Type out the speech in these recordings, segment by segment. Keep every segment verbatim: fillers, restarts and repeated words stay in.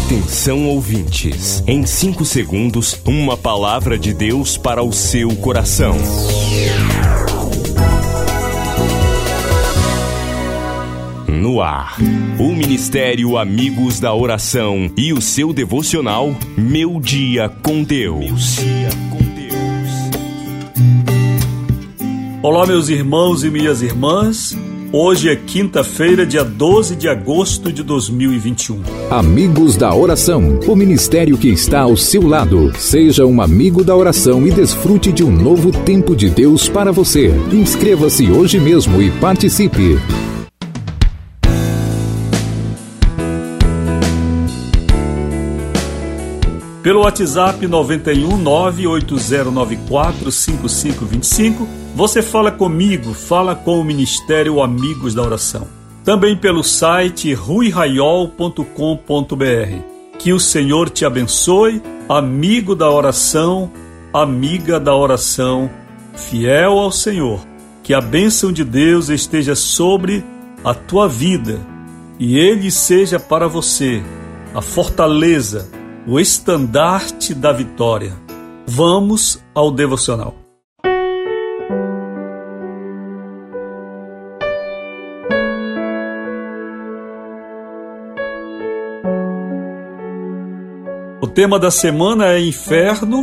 Atenção, ouvintes. Em cinco segundos, uma palavra de Deus para o seu coração. No ar, o Ministério Amigos da Oração e o seu devocional Meu Dia com Deus. Olá, meus irmãos e minhas irmãs. Hoje é quinta-feira, dia doze de agosto de dois mil e vinte e um. Amigos da Oração, o ministério que está ao seu lado. Seja um amigo da oração e desfrute de um novo tempo de Deus para você. Inscreva-se hoje mesmo e participe. Pelo WhatsApp nove um nove oito zero nove quatro cinco cinco dois cinco, você fala comigo, fala com o Ministério Amigos da Oração. Também pelo site rui raiol ponto com ponto br. Que o Senhor te abençoe, amigo da oração, amiga da oração, fiel ao Senhor. Que a bênção de Deus esteja sobre a tua vida e Ele seja para você a fortaleza, o estandarte da vitória. Vamos ao devocional. O tema da semana é inferno,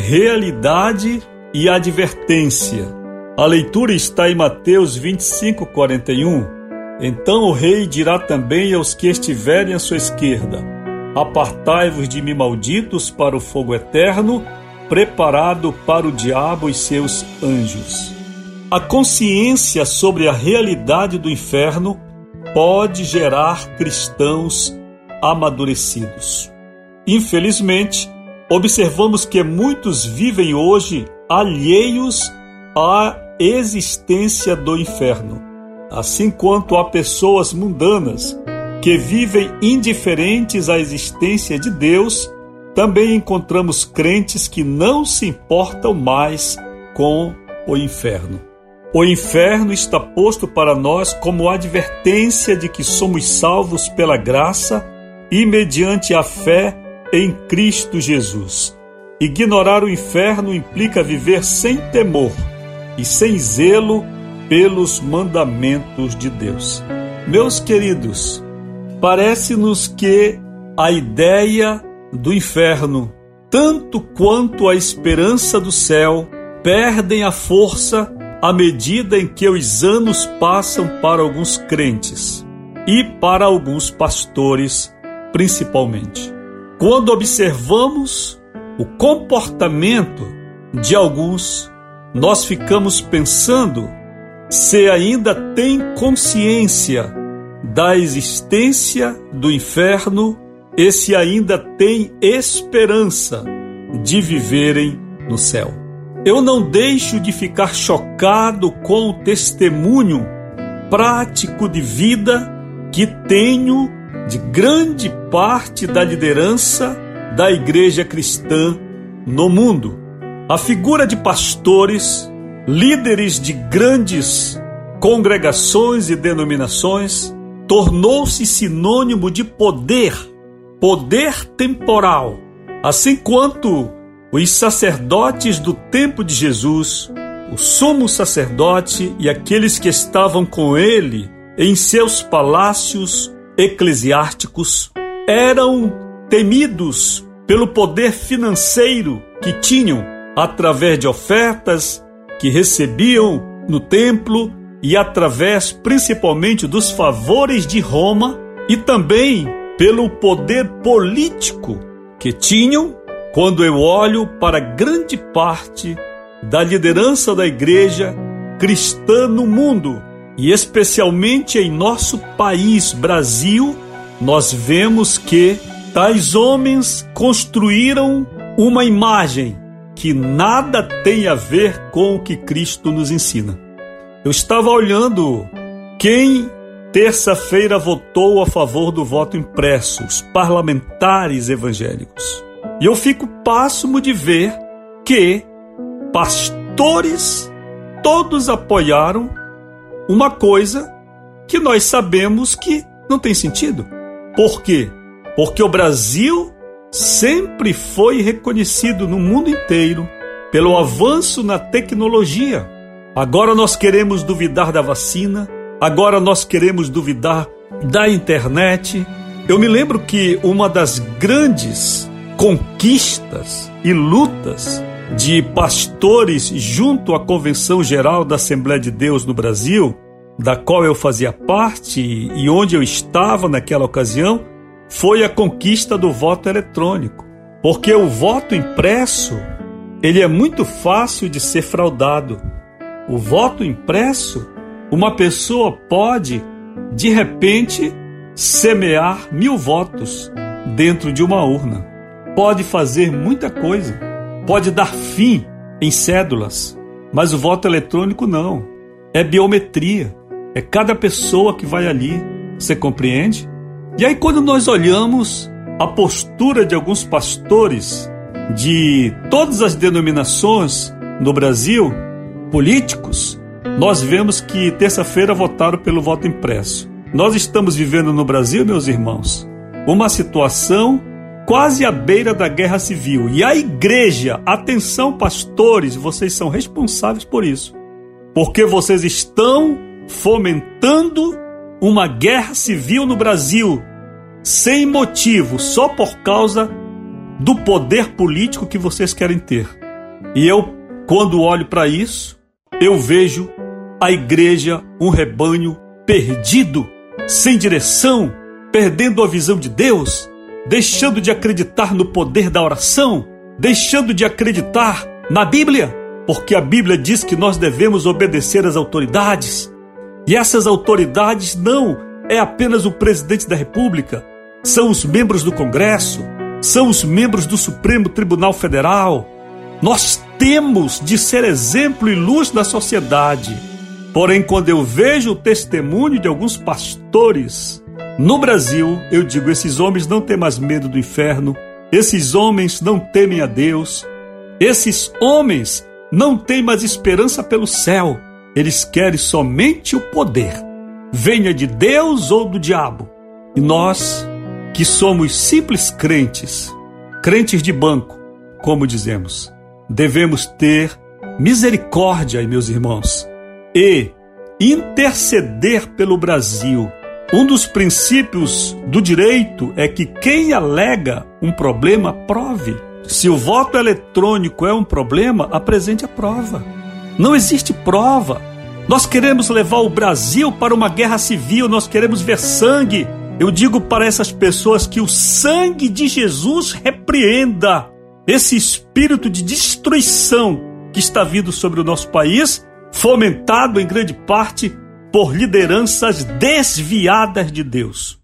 realidade e advertência. A leitura está em Mateus vinte e cinco, quarenta e um. Então o rei dirá também aos que estiverem à sua esquerda: apartai-vos de mim, malditos, para o fogo eterno, preparado para o diabo e seus anjos. A consciência sobre a realidade do inferno pode gerar cristãos amadurecidos. Infelizmente, observamos que muitos vivem hoje alheios à existência do inferno, assim quanto há pessoas mundanas que vivem indiferentes à existência de Deus. Também encontramos crentes que não se importam mais com o inferno. O inferno está posto para nós como advertência de que somos salvos pela graça e mediante a fé em Cristo Jesus. Ignorar o inferno implica viver sem temor e sem zelo pelos mandamentos de Deus. Meus queridos, parece-nos que a ideia do inferno, tanto quanto a esperança do céu, perdem a força à medida em que os anos passam para alguns crentes e para alguns pastores, principalmente. Quando observamos o comportamento de alguns, nós ficamos pensando se ainda têm consciência da existência do inferno e se ainda tem esperança de viverem no céu. Eu não deixo de ficar chocado com o testemunho prático de vida que tenho de grande parte da liderança da igreja cristã no mundo. A figura de pastores, líderes de grandes congregações e denominações, tornou-se sinônimo de poder, poder temporal, assim quanto os sacerdotes do tempo de Jesus, o sumo sacerdote e aqueles que estavam com ele em seus palácios eclesiásticos, eram temidos pelo poder financeiro que tinham através de ofertas que recebiam no templo e através principalmente dos favores de Roma, e também pelo poder político que tinham. Quando eu olho para grande parte da liderança da igreja cristã no mundo, e especialmente em nosso país, Brasil, nós vemos que tais homens construíram uma imagem que nada tem a ver com o que Cristo nos ensina. Eu estava olhando quem terça-feira votou a favor do voto impresso, os parlamentares evangélicos. E eu fico pasmo de ver que pastores todos apoiaram uma coisa que nós sabemos que não tem sentido. Por quê? porque o Brasil sempre foi reconhecido no mundo inteiro pelo avanço na tecnologia. Agora nós queremos duvidar da vacina, agora nós queremos duvidar da internet. Eu me lembro que uma das grandes conquistas e lutas de pastores junto à Convenção Geral da Assembleia de Deus no Brasil, da qual eu fazia parte e onde eu estava naquela ocasião, foi a conquista do voto eletrônico. Porque o voto impresso, ele é muito fácil de ser fraudado. O voto impresso, uma pessoa pode, de repente, semear mil votos dentro de uma urna. Pode fazer muita coisa. Pode dar fim em cédulas. Mas o voto eletrônico não. É biometria. É cada pessoa que vai ali. Você compreende? E aí, quando nós olhamos a postura de alguns pastores de todas as denominações no Brasil, políticos, nós vemos que terça-feira votaram pelo voto impresso. Nós estamos vivendo no Brasil, meus irmãos, uma situação quase à beira da guerra civil. E a igreja, atenção pastores, vocês são responsáveis por isso, porque vocês estão fomentando uma guerra civil no Brasil, sem motivo, só por causa do poder político que vocês querem ter. E eu, quando olho para isso, eu vejo a igreja, um rebanho perdido, sem direção, perdendo a visão de Deus, deixando de acreditar no poder da oração, deixando de acreditar na Bíblia, porque a Bíblia diz que nós devemos obedecer às autoridades. E essas autoridades não é apenas o presidente da República, são os membros do Congresso, são os membros do Supremo Tribunal Federal. Nós temos de ser exemplo e luz na sociedade. Porém, quando eu vejo o testemunho de alguns pastores no Brasil, eu digo, esses homens não têm mais medo do inferno, esses homens não temem a Deus, esses homens não têm mais esperança pelo céu. Eles querem somente o poder, venha de Deus ou do diabo. E nós, que somos simples crentes, crentes de banco, como dizemos, devemos ter misericórdia, meus irmãos, e interceder pelo Brasil. Um dos princípios do direito é que quem alega um problema, prove. Se o voto eletrônico é um problema, apresente a prova. Não existe prova. Nós queremos levar o Brasil para uma guerra civil, nós queremos ver sangue. Eu digo para essas pessoas que o sangue de Jesus repreenda esse espírito de destruição que está vindo sobre o nosso país, fomentado em grande parte por lideranças desviadas de Deus.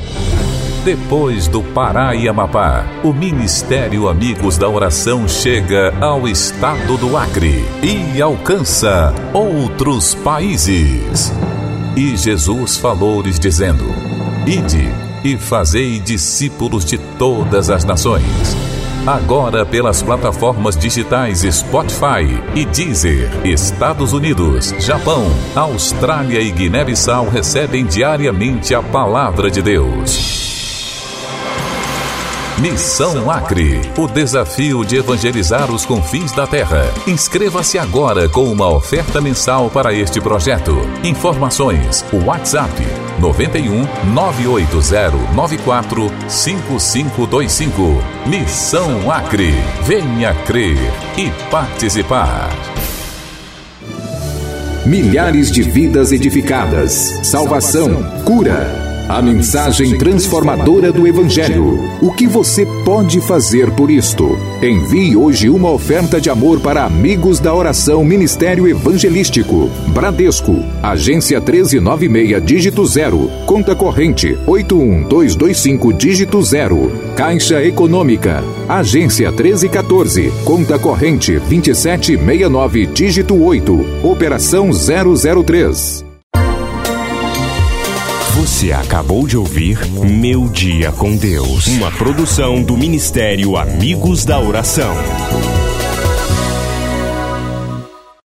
Depois do Pará e Amapá, o Ministério Amigos da Oração chega ao estado do Acre e alcança outros países. E Jesus falou-lhes dizendo: Ide e fazei discípulos de todas as nações. Agora pelas plataformas digitais Spotify e Deezer, Estados Unidos, Japão, Austrália e Guiné-Bissau recebem diariamente a Palavra de Deus. Missão Acre, o desafio de evangelizar os confins da terra. Inscreva-se agora com uma oferta mensal para este projeto. Informações, WhatsApp nove um nove oito zero nove quatro cinco cinco dois cinco. Missão Acre, venha crer e participar. Milhares de vidas edificadas, salvação, cura. A mensagem transformadora do Evangelho. O que você pode fazer por isto? Envie hoje uma oferta de amor para Amigos da Oração Ministério Evangelístico. Bradesco, agência treze noventa e seis, dígito zero. Conta corrente oito um dois dois cinco, dígito zero. Caixa Econômica, agência treze quatorze. Conta corrente vinte e sete sessenta e nove, dígito oito. Operação zero zero três. Você acabou de ouvir Meu Dia com Deus, uma produção do Ministério Amigos da Oração.